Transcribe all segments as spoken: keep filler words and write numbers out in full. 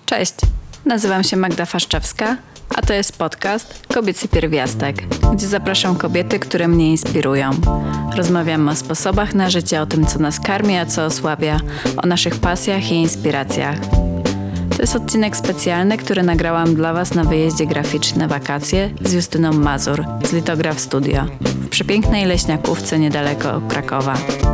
Cześć, nazywam się Magda Faszczewska, a to jest podcast Kobiecy Pierwiastek, gdzie zapraszam kobiety, które mnie inspirują. Rozmawiamy o sposobach na życie, o tym, co nas karmi, a co osłabia, o naszych pasjach i inspiracjach. To jest odcinek specjalny, który nagrałam dla Was na wyjeździe graficzny Wakacje z Justyną Mazur z Litograf Studio w przepięknej leśniakówce niedaleko Krakowa.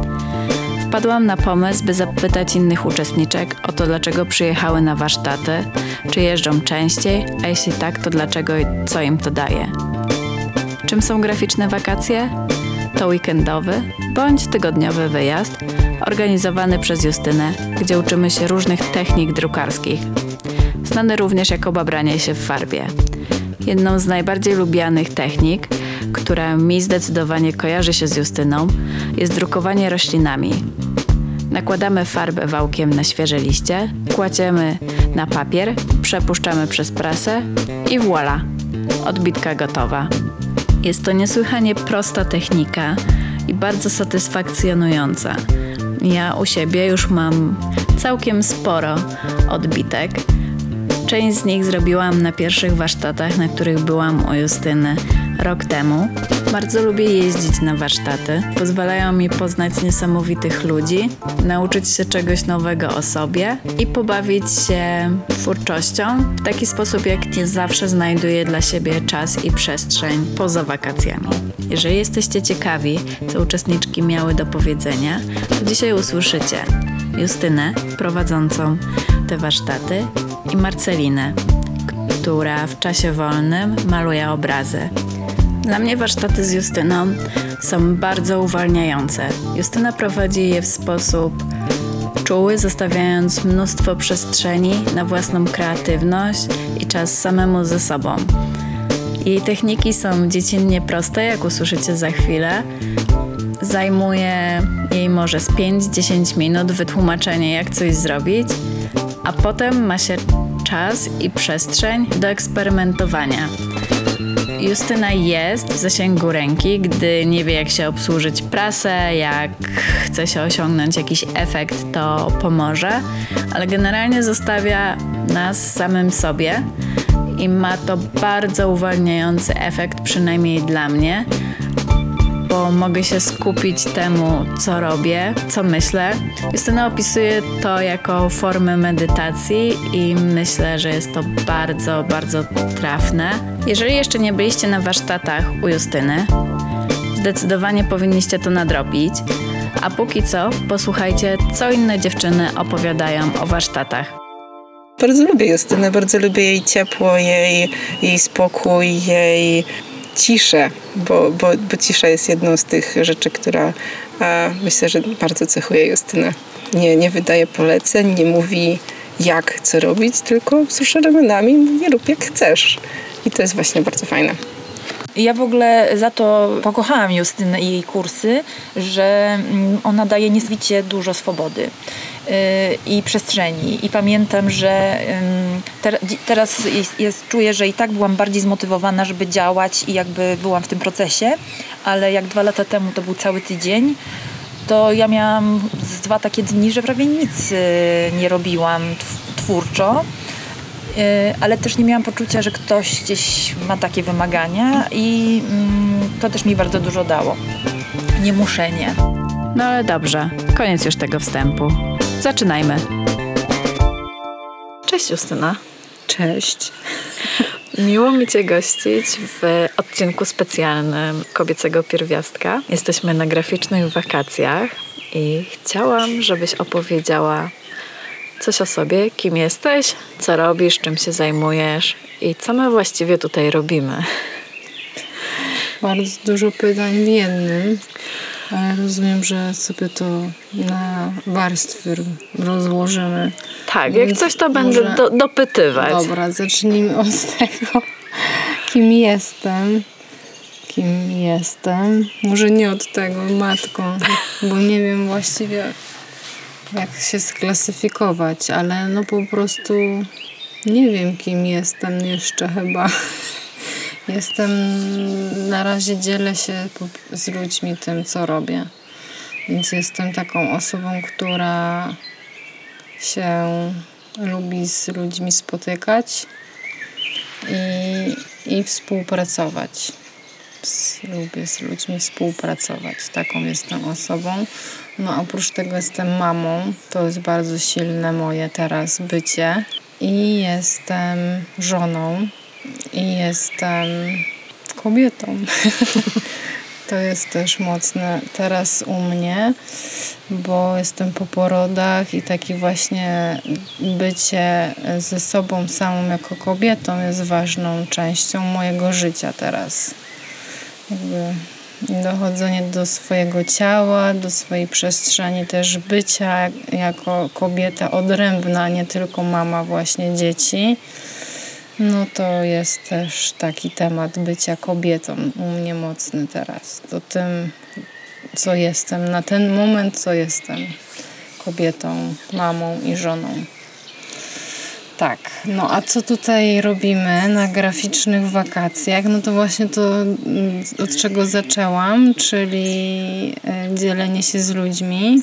Wpadłam na pomysł, by zapytać innych uczestniczek o to, dlaczego przyjechały na warsztaty, czy jeżdżą częściej, a jeśli tak, to dlaczego i co im to daje. Czym są graficzne wakacje? To weekendowy bądź tygodniowy wyjazd organizowany przez Justynę, gdzie uczymy się różnych technik drukarskich, znane również jako babranie się w farbie. Jedną z najbardziej lubianych technik, która mi zdecydowanie kojarzy się z Justyną, jest drukowanie roślinami. Nakładamy farbę wałkiem na świeże liście, kładziemy na papier, przepuszczamy przez prasę i voilà! Odbitka gotowa. Jest to niesłychanie prosta technika i bardzo satysfakcjonująca. Ja u siebie już mam całkiem sporo odbitek. Część z nich zrobiłam na pierwszych warsztatach, na których byłam u Justyny rok temu. Bardzo lubię jeździć na warsztaty. Pozwalają mi poznać niesamowitych ludzi, nauczyć się czegoś nowego o sobie i pobawić się twórczością w taki sposób, jak nie zawsze znajduję dla siebie czas i przestrzeń poza wakacjami. Jeżeli jesteście ciekawi, co uczestniczki miały do powiedzenia, to dzisiaj usłyszycie Justynę, prowadzącą te warsztaty, i Marcelinę, która w czasie wolnym maluje obrazy. Dla mnie warsztaty z Justyną są bardzo uwalniające. Justyna prowadzi je w sposób czuły, zostawiając mnóstwo przestrzeni na własną kreatywność i czas samemu ze sobą. Jej techniki są dziecinnie proste, jak usłyszycie za chwilę. Zajmuje jej może z pięć do dziesięciu minut wytłumaczenie, jak coś zrobić, a potem ma się czas i przestrzeń do eksperymentowania. Justyna jest w zasięgu ręki, gdy nie wie, jak się obsłużyć prasę, jak chce się osiągnąć jakiś efekt, to pomoże, ale generalnie zostawia nas samym sobie i ma to bardzo uwalniający efekt, przynajmniej dla mnie, bo mogę się skupić temu, co robię, co myślę. Justyna opisuje to jako formę medytacji i myślę, że jest to bardzo, bardzo trafne. Jeżeli jeszcze nie byliście na warsztatach u Justyny, zdecydowanie powinniście to nadrobić, a póki co posłuchajcie, co inne dziewczyny opowiadają o warsztatach. Bardzo lubię Justynę, bardzo lubię jej ciepło, jej, jej spokój, jej ciszę, bo, bo, bo cisza jest jedną z tych rzeczy, która a, myślę, że bardzo cechuje Justynę. Nie, nie wydaje poleceń, nie mówi jak, co robić, tylko wzrusza ramionami, mówi rób jak chcesz. I to jest właśnie bardzo fajne. Ja w ogóle za to pokochałam Justynę i jej kursy, że ona daje niezwicie dużo swobody yy, i przestrzeni. I pamiętam, że yy, te, teraz jest, jest, czuję, że i tak byłam bardziej zmotywowana, żeby działać i jakby byłam w tym procesie, ale jak dwa lata temu to był cały tydzień, to ja miałam z dwa takie dni, że prawie nic yy, nie robiłam twórczo. Ale też nie miałam poczucia, że ktoś gdzieś ma takie wymagania i mm, to też mi bardzo dużo dało. Nie muszenie. No ale dobrze, koniec już tego wstępu. Zaczynajmy. Cześć Justyna. Cześć. Miło mi Cię gościć w odcinku specjalnym Kobiecego Pierwiastka. Jesteśmy na graficznych wakacjach i chciałam, żebyś opowiedziała coś o sobie, kim jesteś, co robisz, czym się zajmujesz i co my właściwie tutaj robimy. Bardzo dużo pytań w jednym, ale rozumiem, że sobie to na warstwy rozłożymy. Tak, Więc jak coś to może... będę do, dopytywać. Dobra, zacznijmy od tego, kim jestem. Kim jestem. Może nie od tego, matką, bo nie wiem właściwie jak się sklasyfikować, ale no po prostu nie wiem, kim jestem jeszcze chyba. Jestem, na razie dzielę się z ludźmi tym, co robię. Więc jestem taką osobą, która się lubi z ludźmi spotykać i, i współpracować. Z, lubię z ludźmi współpracować. Taką jestem osobą. No oprócz tego jestem mamą. To jest bardzo silne moje teraz bycie. I jestem żoną. I jestem kobietą. To jest też mocne teraz u mnie, bo jestem po porodach i taki właśnie bycie ze sobą samą jako kobietą jest ważną częścią mojego życia teraz. Jakby dochodzenie do swojego ciała, do swojej przestrzeni też bycia jako kobieta odrębna, nie tylko mama właśnie dzieci. No to jest też taki temat bycia kobietą u mnie mocny teraz. To tym, co jestem, na ten moment, co jestem kobietą, mamą i żoną. Tak, no a co tutaj robimy na graficznych wakacjach? No to właśnie to, od czego zaczęłam, czyli dzielenie się z ludźmi,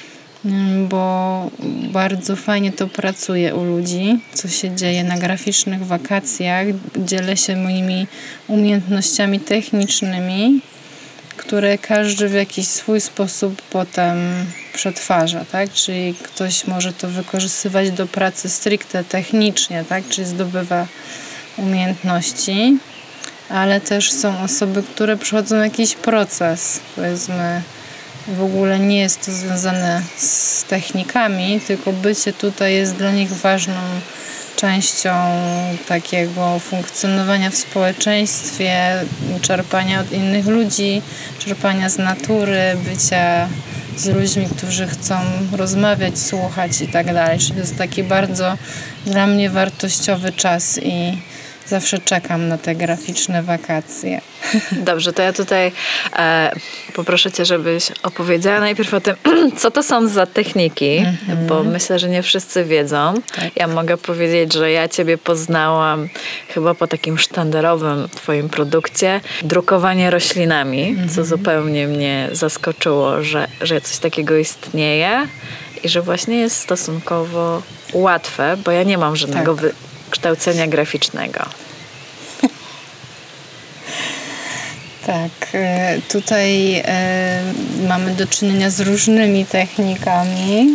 bo bardzo fajnie to pracuje u ludzi, co się dzieje na graficznych wakacjach. Dzielę się moimi umiejętnościami technicznymi, które każdy w jakiś swój sposób potem przetwarza, tak? Czyli ktoś może to wykorzystywać do pracy stricte technicznie, tak? Czyli zdobywa umiejętności, ale też są osoby, które przechodzą jakiś proces, powiedzmy, w ogóle nie jest to związane z technikami, tylko bycie tutaj jest dla nich ważną częścią takiego funkcjonowania w społeczeństwie, czerpania od innych ludzi, czerpania z natury, bycia z ludźmi, którzy chcą rozmawiać, słuchać i tak dalej. Czyli to jest taki bardzo dla mnie wartościowy czas i zawsze czekam na te graficzne wakacje. Dobrze, to ja tutaj e, poproszę Cię, żebyś opowiedziała najpierw o tym, co to są za techniki, mm-hmm. bo myślę, że nie wszyscy wiedzą. Tak. Ja mogę powiedzieć, że ja Ciebie poznałam chyba po takim sztandarowym Twoim produkcie, drukowanie roślinami, mm-hmm. co zupełnie mnie zaskoczyło, że, że coś takiego istnieje i że właśnie jest stosunkowo łatwe, bo ja nie mam żadnego tak. wykształcenia graficznego. Tak, tutaj e, mamy do czynienia z różnymi technikami.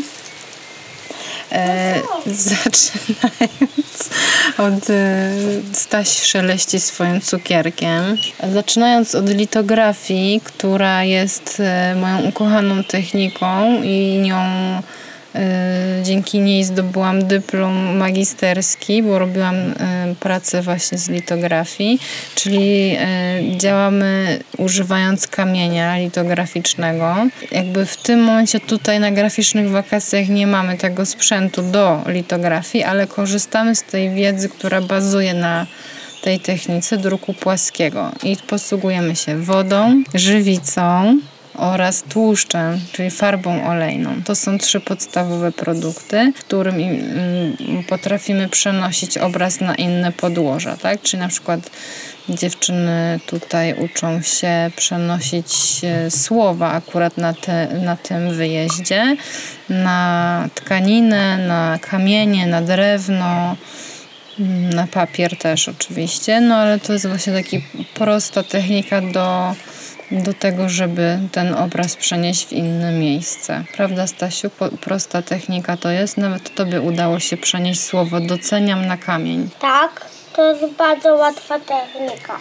E, zaczynając od e, Staś szeleści swoim cukierkiem. Zaczynając od litografii, która jest e, moją ukochaną techniką i nią dzięki niej zdobyłam dyplom magisterski, bo robiłam pracę właśnie z litografii, czyli działamy używając kamienia litograficznego. Jakby w tym momencie tutaj na graficznych wakacjach nie mamy tego sprzętu do litografii, ale korzystamy z tej wiedzy, która bazuje na tej technice druku płaskiego i posługujemy się wodą, żywicą oraz tłuszczem, czyli farbą olejną. To są trzy podstawowe produkty, w którym potrafimy przenosić obraz na inne podłoża, tak? Czyli na przykład dziewczyny tutaj uczą się przenosić słowa akurat na, te, na tym wyjeździe, na tkaninę, na kamienie, na drewno, na papier też oczywiście, no ale to jest właśnie taka prosta technika do do tego, żeby ten obraz przenieść w inne miejsce. Prawda, Stasiu? Po, prosta technika to jest. Nawet Tobie udało się przenieść słowo doceniam na kamień. Tak, to jest bardzo łatwa technika.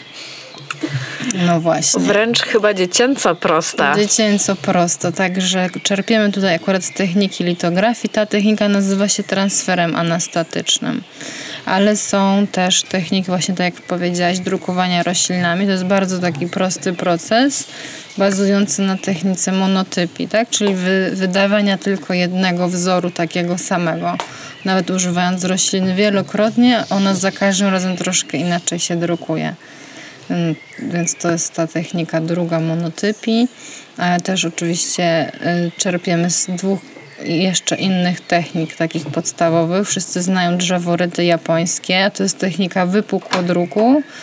No właśnie. Wręcz chyba dziecięco prosta. Dziecięco prosto, także czerpiemy tutaj akurat z techniki litografii. Ta technika nazywa się transferem anastatycznym. Ale są też techniki, właśnie tak jak powiedziałaś, drukowania roślinami. To jest bardzo taki prosty proces, bazujący na technice monotypii, tak? Czyli wy, wydawania tylko jednego wzoru takiego samego. Nawet używając rośliny wielokrotnie, ona za każdym razem troszkę inaczej się drukuje. Więc to jest ta technika druga monotypii, ale też oczywiście czerpiemy z dwóch jeszcze innych technik takich podstawowych. Wszyscy znają drzeworyty japońskie, a to jest technika wypukłodruku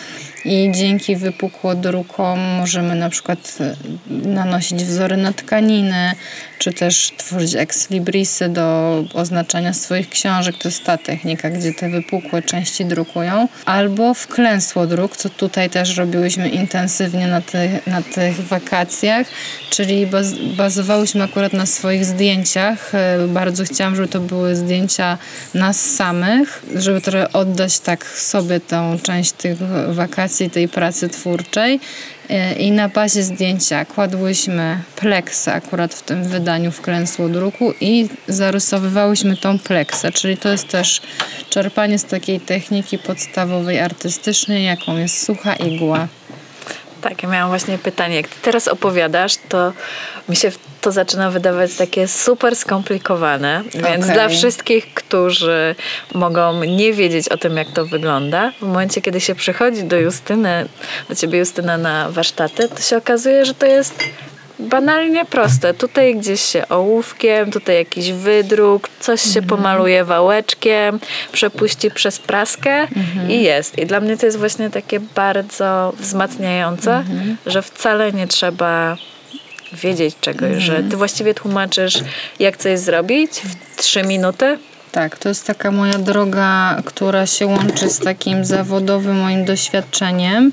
i dzięki wypukłodrukom możemy na przykład nanosić wzory na tkaniny, czy też tworzyć ekslibrisy do oznaczania swoich książek. To jest ta technika, gdzie te wypukłe części drukują. Albo wklęsłodruk, co tutaj też robiłyśmy intensywnie na, ty, na tych wakacjach, czyli baz, bazowałyśmy akurat na swoich zdjęciach. Bardzo chciałam, żeby to były zdjęcia nas samych, żeby trochę oddać tak sobie tą część tych wakacji, tej pracy twórczej. I na bazie zdjęcia kładłyśmy pleksę akurat w tym wydaniu wklęsłodruku i zarysowywałyśmy tą pleksę, czyli to jest też czerpanie z takiej techniki podstawowej, artystycznej, jaką jest sucha igła. Tak, ja miałam właśnie pytanie. Jak ty teraz opowiadasz, to mi się to zaczyna wydawać takie super skomplikowane, więc Okay. dla wszystkich, którzy mogą nie wiedzieć o tym, jak to wygląda, w momencie, kiedy się przychodzi do Justyny, do ciebie Justyna na warsztaty, to się okazuje, że to jest banalnie proste. Tutaj gdzieś się ołówkiem, tutaj jakiś wydruk, coś się Mhm. pomaluje wałeczkiem, przepuści przez praskę mhm. i jest. I dla mnie to jest właśnie takie bardzo wzmacniające, mhm. że wcale nie trzeba wiedzieć czegoś, mhm. że ty właściwie tłumaczysz, jak coś zrobić w trzy minuty. Tak, to jest taka moja droga, która się łączy z takim zawodowym moim doświadczeniem,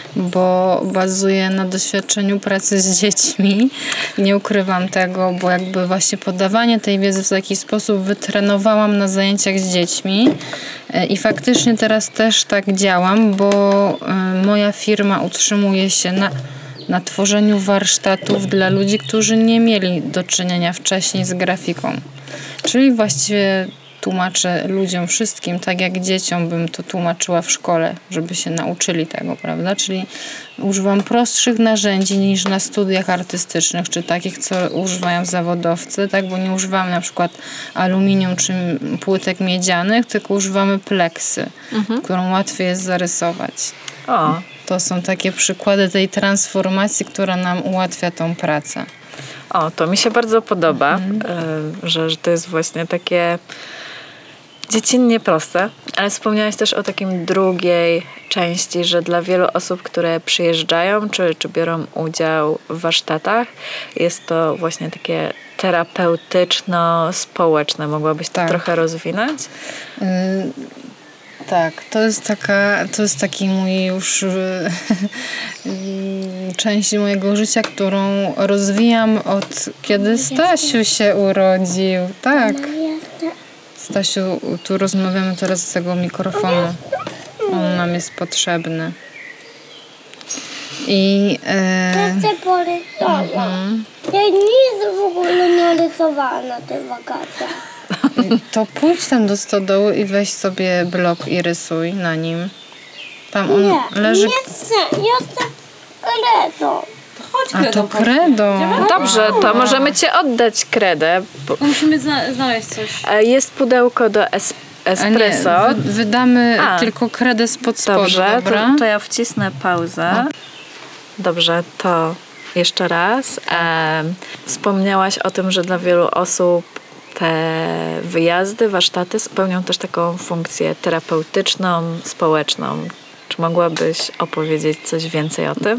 bo bazuję na doświadczeniu pracy z dziećmi. Nie ukrywam tego, bo jakby właśnie podawanie tej wiedzy w taki sposób wytrenowałam na zajęciach z dziećmi i faktycznie teraz też tak działam, bo moja firma utrzymuje się na na tworzeniu warsztatów dla ludzi, którzy nie mieli do czynienia wcześniej z grafiką. Czyli właściwie tłumaczę ludziom wszystkim, tak jak dzieciom bym to tłumaczyła w szkole, żeby się nauczyli tego, prawda? Czyli używam prostszych narzędzi niż na studiach artystycznych, czy takich, co używają zawodowcy, tak? Bo nie używamy na przykład aluminium czy płytek miedzianych, tylko używamy pleksy, mhm. którą łatwiej jest zarysować. O. To są takie przykłady tej transformacji, która nam ułatwia tą pracę. O, to mi się bardzo podoba, mhm. że, że to jest właśnie takie dziecinnie proste, ale wspomniałaś też o takim drugiej części, że dla wielu osób, które przyjeżdżają czy, czy biorą udział w warsztatach, jest to właśnie takie terapeutyczno-społeczne. Mogłabyś to tak. trochę rozwinąć? Y- Tak, to jest taka, to jest taki mój już część mojego życia, którą rozwijam od kiedy Stasiu się urodził. Tak. Stasiu, tu rozmawiamy teraz z tego mikrofonu. On nam jest potrzebny. I Ja chcę porysować. Mhm. Ja nic w ogóle nie rysowałam na tych wakacjach. to pójdź tam do stodoły i weź sobie blok i rysuj na nim. Tam on nie, leży. Nie chcę, ja chcę kredą. A to kredą. Dobrze, to możemy cię oddać kredę. Bo musimy zna- znaleźć coś. jest pudełko do es- espresso. A nie, wy- wydamy A. tylko kredę spod spodu, Dobrze, dobra? to, to ja wcisnę pauzę. Dobrze, to jeszcze raz. E, wspomniałaś o tym, że dla wielu osób te wyjazdy, warsztaty spełnią też taką funkcję terapeutyczną, społeczną. Czy mogłabyś opowiedzieć coś więcej o tym?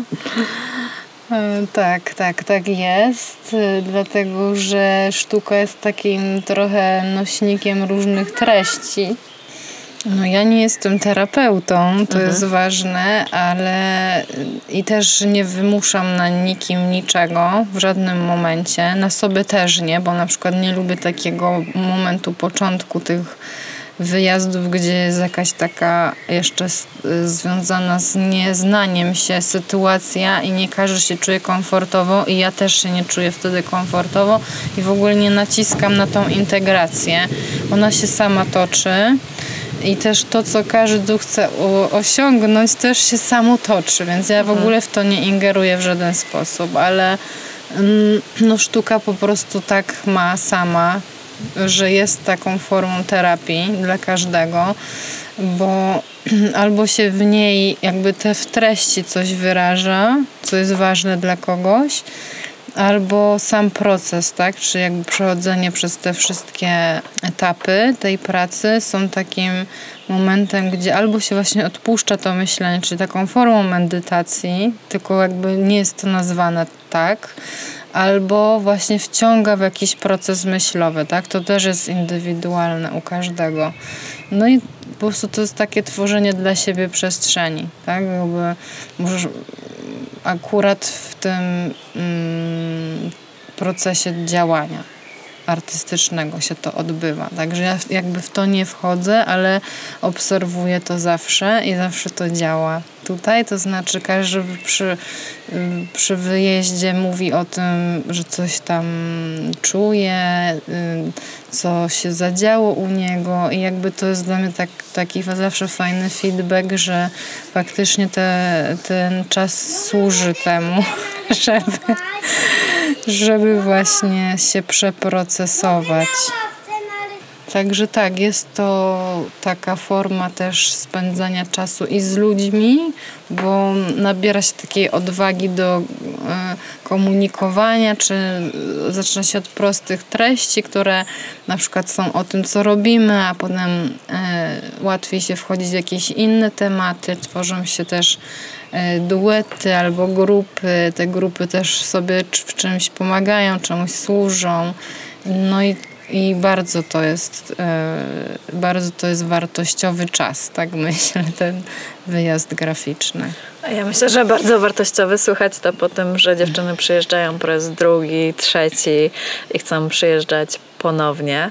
Tak, tak, tak jest. Dlatego, że sztuka jest takim trochę nośnikiem różnych treści. No ja nie jestem terapeutą, to mhm. jest ważne, ale i też nie wymuszam na nikim niczego w żadnym momencie. Na sobie też nie, bo na przykład nie lubię takiego momentu początku tych wyjazdów, gdzie jest jakaś taka jeszcze związana z nieznaniem się sytuacja i nie każdy się czuje komfortowo i ja też się nie czuję wtedy komfortowo i w ogóle nie naciskam na tą integrację. Ona się sama toczy. I też to, co każdy chce osiągnąć, też się samo toczy, więc ja w ogóle w to nie ingeruję w żaden sposób, ale no, sztuka po prostu tak ma sama, że jest taką formą terapii dla każdego, bo albo się w niej jakby te w treści coś wyraża, co jest ważne dla kogoś, albo sam proces, tak? Czy jakby przechodzenie przez te wszystkie etapy tej pracy są takim momentem, gdzie albo się właśnie odpuszcza to myślenie, czyli taką formą medytacji, tylko jakby nie jest to nazwane tak, albo właśnie wciąga w jakiś proces myślowy, tak? To też jest indywidualne u każdego. No i po prostu to jest takie tworzenie dla siebie przestrzeni, tak? Jakby możesz akurat w tym mm, procesie działania artystycznego się to odbywa. Także ja jakby w to nie wchodzę, ale obserwuję to zawsze i zawsze to działa. Tutaj to znaczy każdy przy, przy wyjeździe mówi o tym, że coś tam czuje, co się zadziało u niego i jakby to jest dla mnie tak, taki zawsze fajny feedback, że faktycznie te, ten czas służy temu, żeby żeby właśnie się przeprocesować. Także tak, jest to taka forma też spędzania czasu i z ludźmi, bo nabiera się takiej odwagi do komunikowania, czy zaczyna się od prostych treści, które na przykład są o tym, co robimy, a potem łatwiej się wchodzić w jakieś inne tematy. Tworzą się też duety albo grupy. Te grupy też sobie w czymś pomagają, czemuś służą. No i I bardzo to jest bardzo to jest wartościowy czas, tak myślę, ten wyjazd graficzny. A ja myślę, że bardzo wartościowy. Słuchać to po tym, że dziewczyny przyjeżdżają po raz drugi, trzeci i chcą przyjeżdżać ponownie.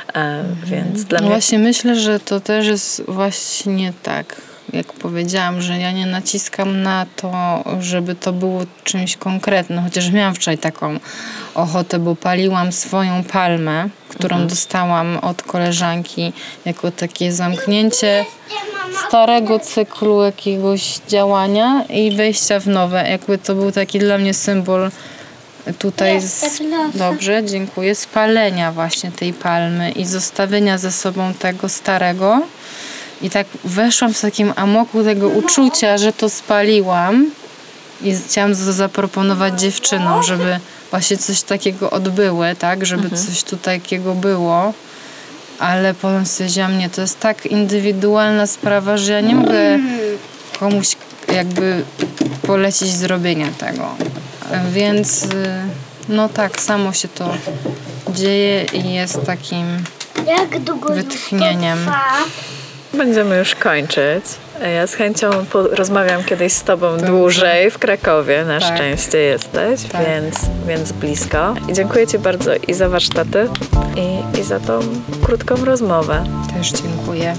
Więc dla no mnie... Właśnie myślę, że to też jest właśnie tak, jak powiedziałam, że ja nie naciskam na to, żeby to było czymś konkretnym, chociaż miałam wczoraj taką ochotę, bo paliłam swoją palmę, którą mhm. dostałam od koleżanki jako takie zamknięcie starego cyklu jakiegoś działania i wejścia w nowe. Jakby to był taki dla mnie symbol tutaj z, dobrze, dziękuję, spalenia właśnie tej palmy i zostawienia ze sobą tego starego. I tak weszłam w takim amoku tego uczucia, że to spaliłam i chciałam to zaproponować dziewczynom, żeby właśnie coś takiego odbyły, tak, żeby mhm. coś tu takiego było, ale potem stwierdziłam, nie, to jest tak indywidualna sprawa, że ja nie mogę komuś jakby polecić zrobienia tego, więc no tak, samo się to dzieje i jest takim Jak długo wytchnieniem. Będziemy już kończyć. Ja z chęcią rozmawiam kiedyś z Tobą Dobrze. dłużej w Krakowie. Na tak. szczęście jesteś, tak. więc, więc blisko. I dziękuję Ci bardzo i za warsztaty, i, i za tą krótką rozmowę. Też dziękuję.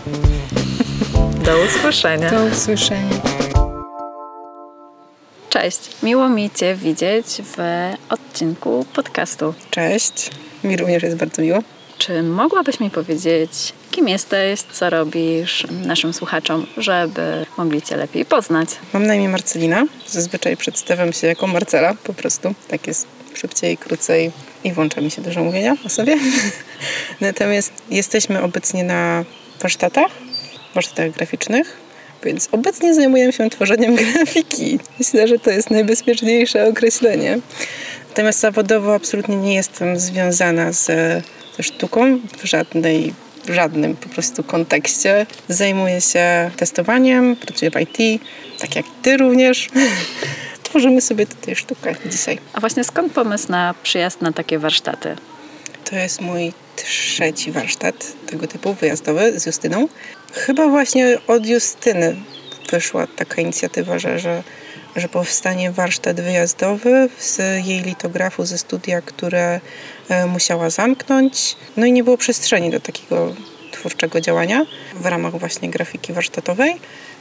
Do usłyszenia. Do usłyszenia. Cześć. Miło mi Cię widzieć w odcinku podcastu. Cześć. Mi również jest bardzo miło. Czy mogłabyś mi powiedzieć, kim jesteś, co robisz naszym słuchaczom, żeby mogli Cię lepiej poznać? Mam na imię Marcelina. Zazwyczaj przedstawiam się jako Marcela, po prostu. Tak jest szybciej, krócej i włącza mi się dużo mówienia o sobie. Natomiast jesteśmy obecnie na warsztatach, warsztatach graficznych, więc obecnie zajmuję się tworzeniem grafiki. Myślę, że to jest najbezpieczniejsze określenie. Natomiast zawodowo absolutnie nie jestem związana z ze sztuką w żadnej, w żadnym po prostu kontekście. Zajmuję się testowaniem, pracuję w I T, tak jak Ty również. Tworzymy sobie tutaj sztukę dzisiaj. A właśnie skąd pomysł na przyjazd na takie warsztaty? To jest mój trzeci warsztat tego typu, wyjazdowy z Justyną. Chyba właśnie od Justyny wyszła taka inicjatywa, że, że, że powstanie warsztat wyjazdowy z jej litografu ze studia, które musiała zamknąć. No i nie było przestrzeni do takiego twórczego działania w ramach właśnie grafiki warsztatowej.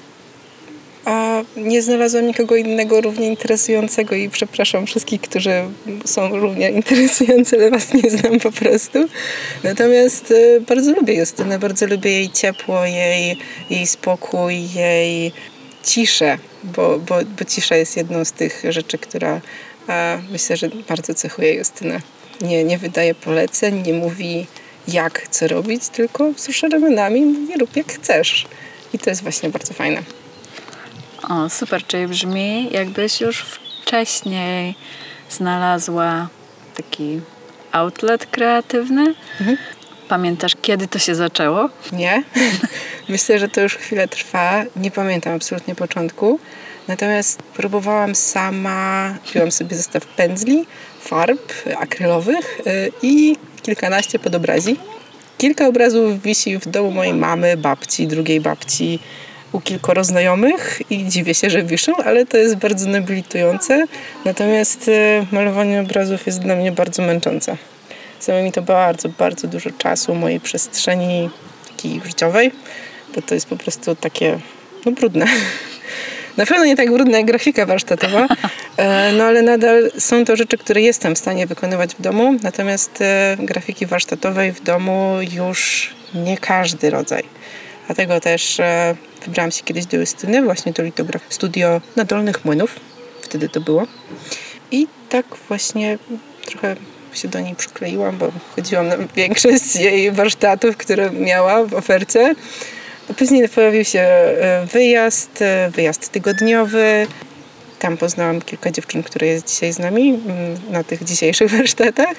A nie znalazłam nikogo innego równie interesującego i przepraszam wszystkich, którzy są równie interesujący, ale was nie znam po prostu. Natomiast bardzo lubię Justynę, bardzo lubię jej ciepło, jej, jej spokój, jej ciszę, bo, bo, bo cisza jest jedną z tych rzeczy, która a, myślę, że bardzo cechuje Justynę. Nie, nie wydaje poleceń, nie mówi jak, co robić, tylko wzrusza ramionami i mówi rób jak chcesz. I to jest właśnie bardzo fajne. O, super, czyli brzmi jakbyś już wcześniej znalazła taki outlet kreatywny. Mhm. pamiętasz, kiedy to się zaczęło? Nie. Myślę, że to już chwilę trwa. Nie pamiętam absolutnie początku. Natomiast próbowałam sama, kupiłam sobie zestaw pędzli, farb akrylowych yy, i kilkanaście podobrazji. Kilka obrazów wisi w domu mojej mamy, babci, drugiej babci, u kilkoro znajomych i dziwię się, że wiszą, ale to jest bardzo nobilitujące. Natomiast yy, malowanie obrazów jest dla mnie bardzo męczące. Zajmuje mi to bardzo, bardzo dużo czasu, mojej przestrzeni takiej życiowej, bo to jest po prostu takie, no brudne. Na pewno nie tak brudna jak grafika warsztatowa, no ale nadal są to rzeczy, które jestem w stanie wykonywać w domu, natomiast grafiki warsztatowej w domu już nie każdy rodzaj. Dlatego też wybrałam się kiedyś do Justyny, właśnie do litograf studio na Dolnych Młynów, wtedy to było. I tak właśnie trochę się do niej przykleiłam, bo chodziłam na większość jej warsztatów, które miała w ofercie. Później pojawił się wyjazd, wyjazd tygodniowy. Tam poznałam kilka dziewczyn, które jest dzisiaj z nami na tych dzisiejszych warsztatach.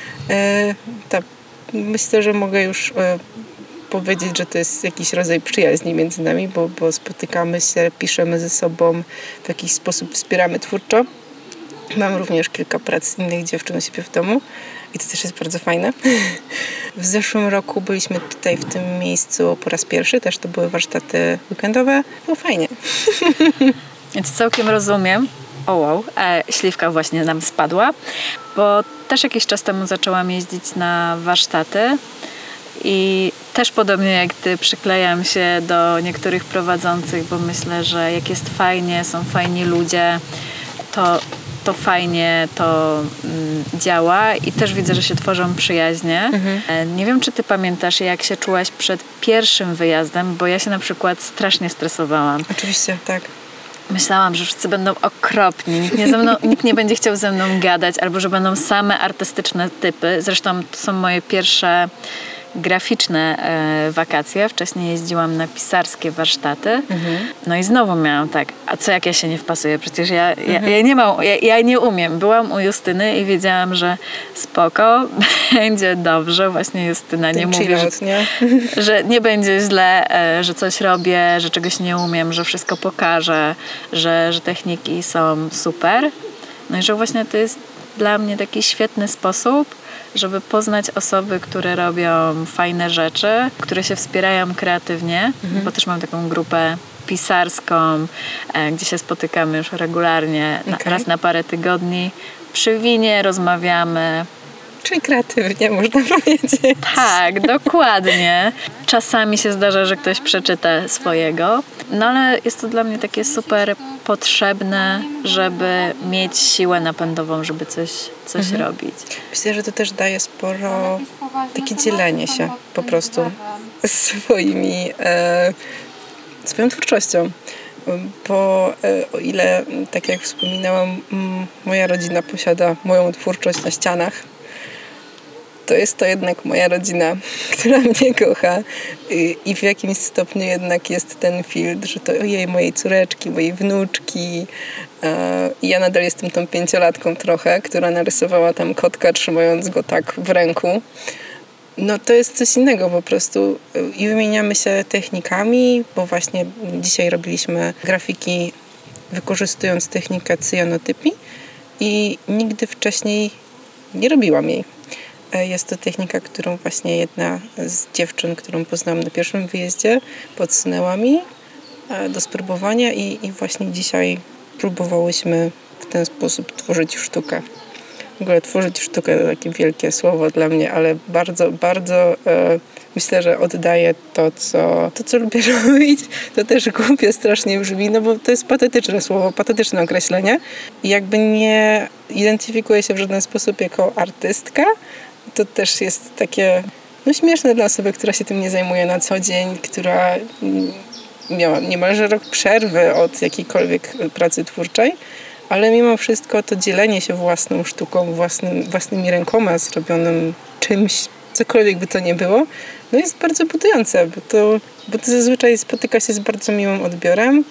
Ta, myślę, że mogę już powiedzieć, że to jest jakiś rodzaj przyjaźni między nami, bo, bo spotykamy się, piszemy ze sobą, w jakiś sposób wspieramy twórczo. Mam również kilka prac innych dziewczyn u siebie w domu i to też jest bardzo fajne. W zeszłym roku byliśmy tutaj w tym miejscu po raz pierwszy, też to były warsztaty weekendowe. Było fajnie. Więc całkiem rozumiem. O wow, e, śliwka właśnie nam spadła, bo też jakiś czas temu zaczęłam jeździć na warsztaty i też podobnie jak ty przyklejam się do niektórych prowadzących, bo myślę, że jak jest fajnie, są fajni ludzie, to to fajnie to mm, działa i też widzę, że się tworzą przyjaźnie. Mhm. E, nie wiem, czy ty pamiętasz, jak się czułaś przed pierwszym wyjazdem, bo ja się na przykład strasznie stresowałam. Oczywiście, tak. Myślałam, że wszyscy będą okropni, nikt nie, ze mną, nikt nie będzie chciał ze mną gadać, albo że będą same artystyczne typy. Zresztą to są moje pierwsze graficzne e, wakacje. Wcześniej jeździłam na pisarskie warsztaty. Mhm. No i znowu miałam tak, a co jak ja się nie wpasuję? Przecież ja, mhm. ja, ja nie mam, ja, ja nie umiem. Byłam u Justyny i wiedziałam, że spoko, będzie dobrze. Właśnie Justyna nie mówi, że, nie? że nie będzie źle, e, że coś robię, że czegoś nie umiem, że wszystko pokażę, że, że techniki są super. No i że właśnie to jest dla mnie taki świetny sposób, żeby poznać osoby, które robią fajne rzeczy, które się wspierają kreatywnie, mhm. bo też mam taką grupę pisarską, e, gdzie się spotykamy już regularnie, okay. na, raz na parę tygodni. Przy winie rozmawiamy. Czyli kreatywnie, można powiedzieć. Tak, dokładnie. Czasami się zdarza, że ktoś przeczyta swojego, no ale jest to dla mnie takie super potrzebne, żeby mieć siłę napędową, żeby coś, coś mhm. robić. Myślę, że to też daje sporo takie dzielenie się po prostu swoimi, e, swoją twórczością. Bo e, o ile, tak jak wspominałam, m, moja rodzina posiada moją twórczość na ścianach, to jest to jednak moja rodzina, która mnie kocha i, i w jakimś stopniu jednak jest ten filtr, że to ojej, mojej córeczki, mojej wnuczki. E, I ja nadal jestem tą pięciolatką trochę, która narysowała tam kotka, trzymając go tak w ręku. No to jest coś innego po prostu i wymieniamy się technikami, bo właśnie dzisiaj robiliśmy grafiki wykorzystując technikę cyjanotypii i nigdy wcześniej nie robiłam jej. Jest to technika, którą właśnie jedna z dziewczyn, którą poznałam na pierwszym wyjeździe, podsunęła mi do spróbowania i, i właśnie dzisiaj próbowałyśmy w ten sposób tworzyć sztukę. W ogóle tworzyć sztukę to takie wielkie słowo dla mnie, ale bardzo, bardzo e, myślę, że oddaję to co, to, co lubię robić. To też głupie strasznie brzmi, no bo to jest patetyczne słowo, patetyczne określenie. I jakby nie identyfikuję się w żaden sposób jako artystka, to też jest takie no, śmieszne dla osoby, która się tym nie zajmuje na co dzień, która miała niemalże rok przerwy od jakiejkolwiek pracy twórczej, ale mimo wszystko to dzielenie się własną sztuką, własnym, własnymi rękoma zrobionym czymś, cokolwiek by to nie było, no jest bardzo budujące, bo to, bo to zazwyczaj spotyka się z bardzo miłym odbiorem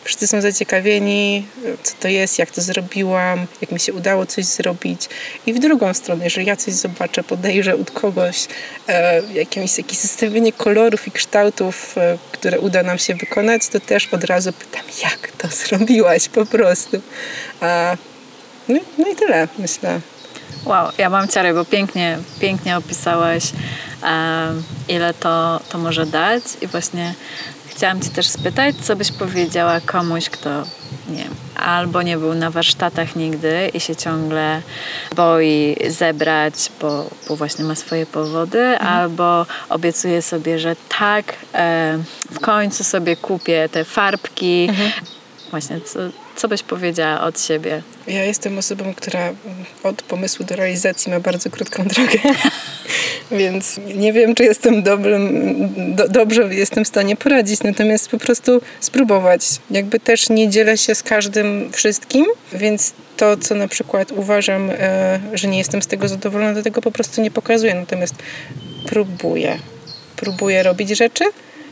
Wszyscy są zaciekawieni, co to jest, jak to zrobiłam, jak mi się udało coś zrobić. I w drugą stronę, jeżeli ja coś zobaczę, podejrzę od kogoś e, jakieś, jakieś zestawienie kolorów i kształtów, e, które uda nam się wykonać, to też od razu pytam, jak to zrobiłaś po prostu. A, no, no i tyle, myślę. Wow, ja mam ciary, bo pięknie, pięknie opisałeś, um, ile to, to może dać i właśnie chciałam Cię też spytać, co byś powiedziała komuś, kto nie wiem, albo nie był na warsztatach nigdy i się ciągle boi zebrać, bo, bo właśnie ma swoje powody, mhm. albo obiecuje sobie, że tak, e, w końcu sobie kupię te farbki. Mhm. Właśnie, co, co byś powiedziała od siebie? Ja jestem osobą, która od pomysłu do realizacji ma bardzo krótką drogę, więc nie wiem, czy jestem dobrym, do, dobrze jestem w stanie poradzić, natomiast po prostu spróbować. Jakby też nie dzielę się z każdym wszystkim, więc to, co na przykład uważam, e, że nie jestem z tego zadowolona, do tego po prostu nie pokazuję, natomiast próbuję. Próbuję robić rzeczy.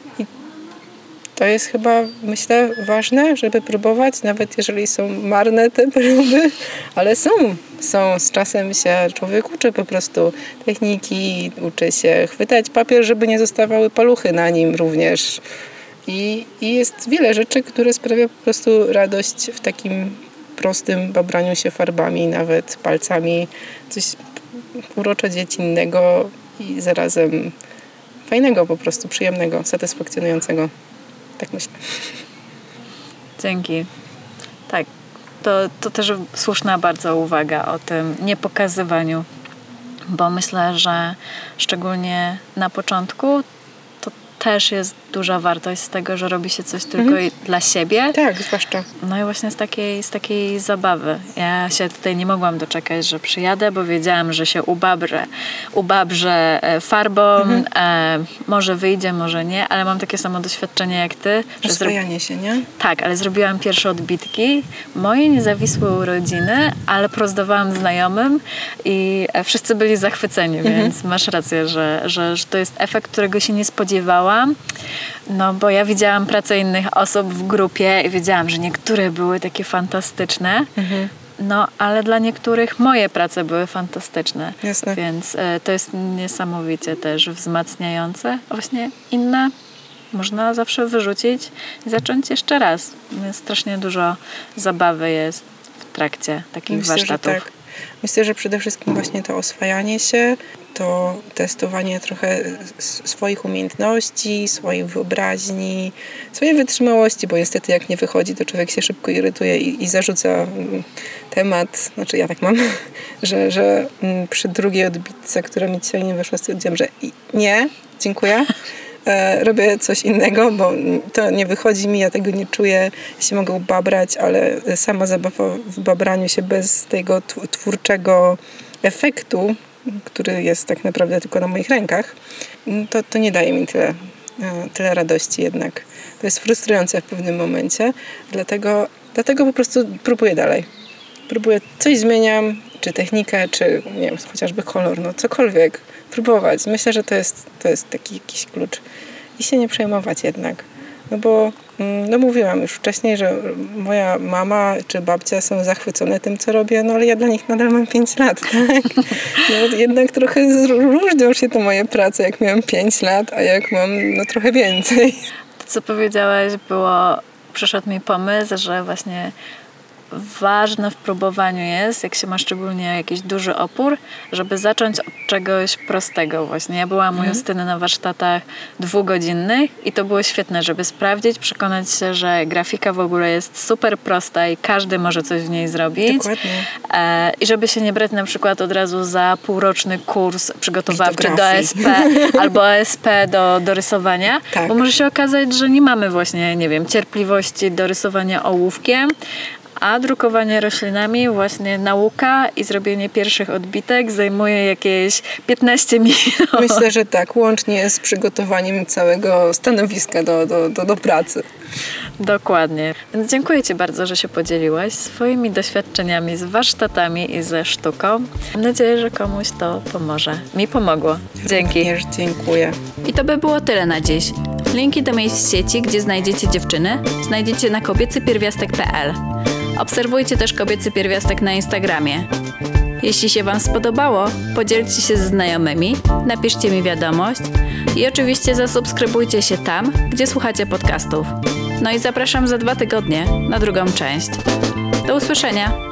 To jest chyba, myślę, ważne, żeby próbować, nawet jeżeli są marne te próby, ale są. Są. Z czasem się człowiek uczy po prostu techniki, uczy się chwytać papier, żeby nie zostawały paluchy na nim również. I, i jest wiele rzeczy, które sprawia po prostu radość w takim prostym babraniu się farbami, nawet palcami. Coś uroczo dziecinnego i zarazem fajnego po prostu, przyjemnego, satysfakcjonującego. Tak myślę. Dzięki. Tak, to, to też słuszna bardzo uwaga o tym niepokazywaniu, bo myślę, że szczególnie na początku to też jest duża wartość z tego, że robi się coś tylko mhm. dla siebie. Tak, zwłaszcza. No i właśnie z takiej, z takiej zabawy. Ja się tutaj nie mogłam doczekać, że przyjadę, bo wiedziałam, że się ubabrę, ubabrze farbą. Mhm. E, może wyjdzie, może nie, ale mam takie samo doświadczenie jak ty. Rozklejanie zro... się, nie? Tak, ale zrobiłam pierwsze odbitki. Moje niezawisłe urodziny, ale prozdawałam znajomym i wszyscy byli zachwyceni, mhm. więc masz rację, że, że, że to jest efekt, którego się nie spodziewałam. No bo ja widziałam pracę innych osób w grupie i wiedziałam, że niektóre były takie fantastyczne, mhm. no ale dla niektórych moje prace były fantastyczne. Jasne. Więc y, to jest niesamowicie też wzmacniające. A właśnie inne można zawsze wyrzucić i zacząć jeszcze raz. Strasznie dużo zabawy jest w trakcie takich Myślę, warsztatów. Że tak. Myślę, że przede wszystkim właśnie to oswajanie się, to testowanie trochę swoich umiejętności, swojej wyobraźni, swojej wytrzymałości, bo niestety jak nie wychodzi, to człowiek się szybko irytuje i, i zarzuca temat, znaczy ja tak mam, że, że przy drugiej odbitce, która mi dzisiaj nie wyszła, stwierdziłam, że nie, dziękuję. Robię coś innego, bo to nie wychodzi mi, ja tego nie czuję, ja się mogę babrać, ale sama zabawa w babraniu się bez tego twórczego efektu, który jest tak naprawdę tylko na moich rękach, to, to nie daje mi tyle, tyle radości jednak. To jest frustrujące w pewnym momencie, dlatego, dlatego po prostu próbuję dalej. Próbuję, coś zmieniam, czy technikę, czy nie wiem, chociażby kolor, no cokolwiek. Próbować. Myślę, że to jest, to jest taki jakiś klucz. I się nie przejmować jednak. No bo no mówiłam już wcześniej, że moja mama czy babcia są zachwycone tym, co robię, no ale ja dla nich nadal mam pięć lat, tak? No, jednak trochę różnią się te moje prace, jak miałam pięć lat, a jak mam no trochę więcej. To, co powiedziałaś, było, przyszedł mi pomysł, że właśnie ważne w próbowaniu jest, jak się ma szczególnie jakiś duży opór, żeby zacząć od czegoś prostego właśnie. Ja byłam u Justyny na warsztatach dwugodzinnych i to było świetne, żeby sprawdzić, przekonać się, że grafika w ogóle jest super prosta i każdy może coś w niej zrobić. Dokładnie. E, I żeby się nie brać na przykład od razu za półroczny kurs przygotowawczy do A S P albo A S P do, do rysowania, tak. Bo może się okazać, że nie mamy właśnie, nie wiem, cierpliwości do rysowania ołówkiem, a drukowanie roślinami, właśnie nauka i zrobienie pierwszych odbitek zajmuje jakieś piętnaście minut. Myślę, że tak, łącznie z przygotowaniem całego stanowiska do, do, do, do pracy. Dokładnie. Więc dziękuję Ci bardzo, że się podzieliłaś swoimi doświadczeniami z warsztatami i ze sztuką. Mam nadzieję, że komuś to pomoże. Mi pomogło. Dzięki. Również dziękuję. I to by było tyle na dziś. Linki do miejsc w sieci, gdzie znajdziecie dziewczyny, znajdziecie na kobiecy pierwiastek kropka pe el. Obserwujcie też Kobiecy Pierwiastek na Instagramie. Jeśli się Wam spodobało, podzielcie się ze znajomymi, napiszcie mi wiadomość i oczywiście zasubskrybujcie się tam, gdzie słuchacie podcastów. No i zapraszam za dwa tygodnie na drugą część. Do usłyszenia!